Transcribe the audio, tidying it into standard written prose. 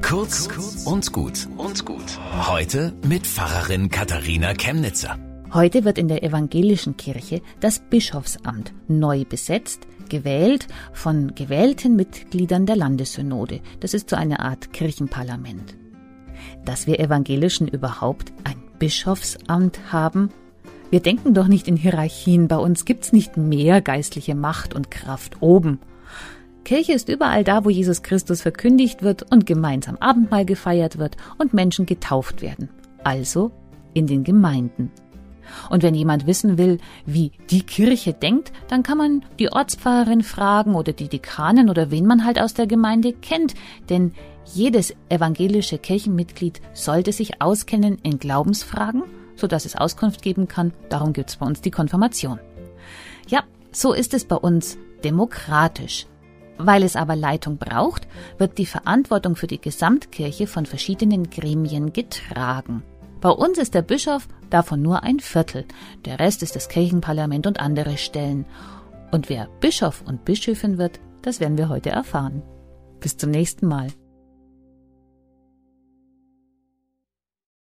Kurz und gut. Heute mit Pfarrerin Katharina Chemnitzer. Heute wird in der evangelischen Kirche das Bischofsamt neu besetzt, gewählt von gewählten Mitgliedern der Landessynode. Das ist so eine Art Kirchenparlament. Dass wir Evangelischen überhaupt ein Bischofsamt haben? Wir denken doch nicht in Hierarchien. Bei uns gibt's nicht mehr geistliche Macht und Kraft oben. Kirche ist überall da, wo Jesus Christus verkündigt wird und gemeinsam Abendmahl gefeiert wird und Menschen getauft werden. Also in den Gemeinden. Und wenn jemand wissen will, wie die Kirche denkt, dann kann man die Ortspfarrerin fragen oder die Dekanin oder wen man halt aus der Gemeinde kennt. Denn jedes evangelische Kirchenmitglied sollte sich auskennen in Glaubensfragen, sodass es Auskunft geben kann. Darum gibt's bei uns die Konfirmation. Ja, so ist es bei uns demokratisch. Weil es aber Leitung braucht, wird die Verantwortung für die Gesamtkirche von verschiedenen Gremien getragen. Bei uns ist der Bischof davon nur ein Viertel. Der Rest ist das Kirchenparlament und andere Stellen. Und wer Bischof und Bischöfin wird, das werden wir heute erfahren. Bis zum nächsten Mal.